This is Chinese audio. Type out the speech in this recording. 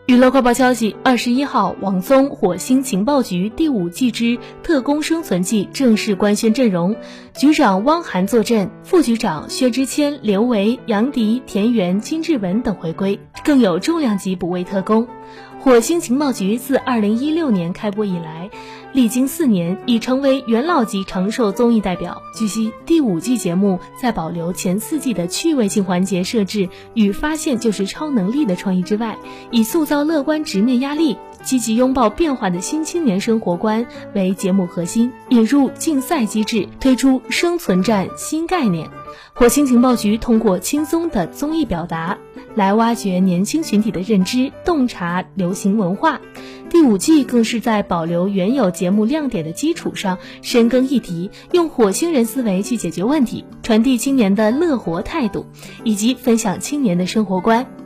娱乐快报消息，21号，网综《火星情报局》第5季之特工生存记正式官宣阵容，局长汪涵坐镇，副局长薛之谦、刘维、杨迪、田园、金志文等回归，更有重量级补位特工。火星情报局自2016年开播以来，历经4年，已成为元老级长寿综艺代表。据悉，第5季节目在保留前4季的趣味性环节设置与发现就是超能力的创意之外，以塑造乐观直面压力、积极拥抱变化的新青年生活观为节目核心，引入竞赛机制，推出生存战新概念。火星情报局通过轻松的综艺表达，来挖掘年轻群体的认知，洞察流行文化。第5季更是在保留原有节目亮点的基础上，深耕议题，用火星人思维去解决问题，传递青年的乐活态度，以及分享青年的生活观。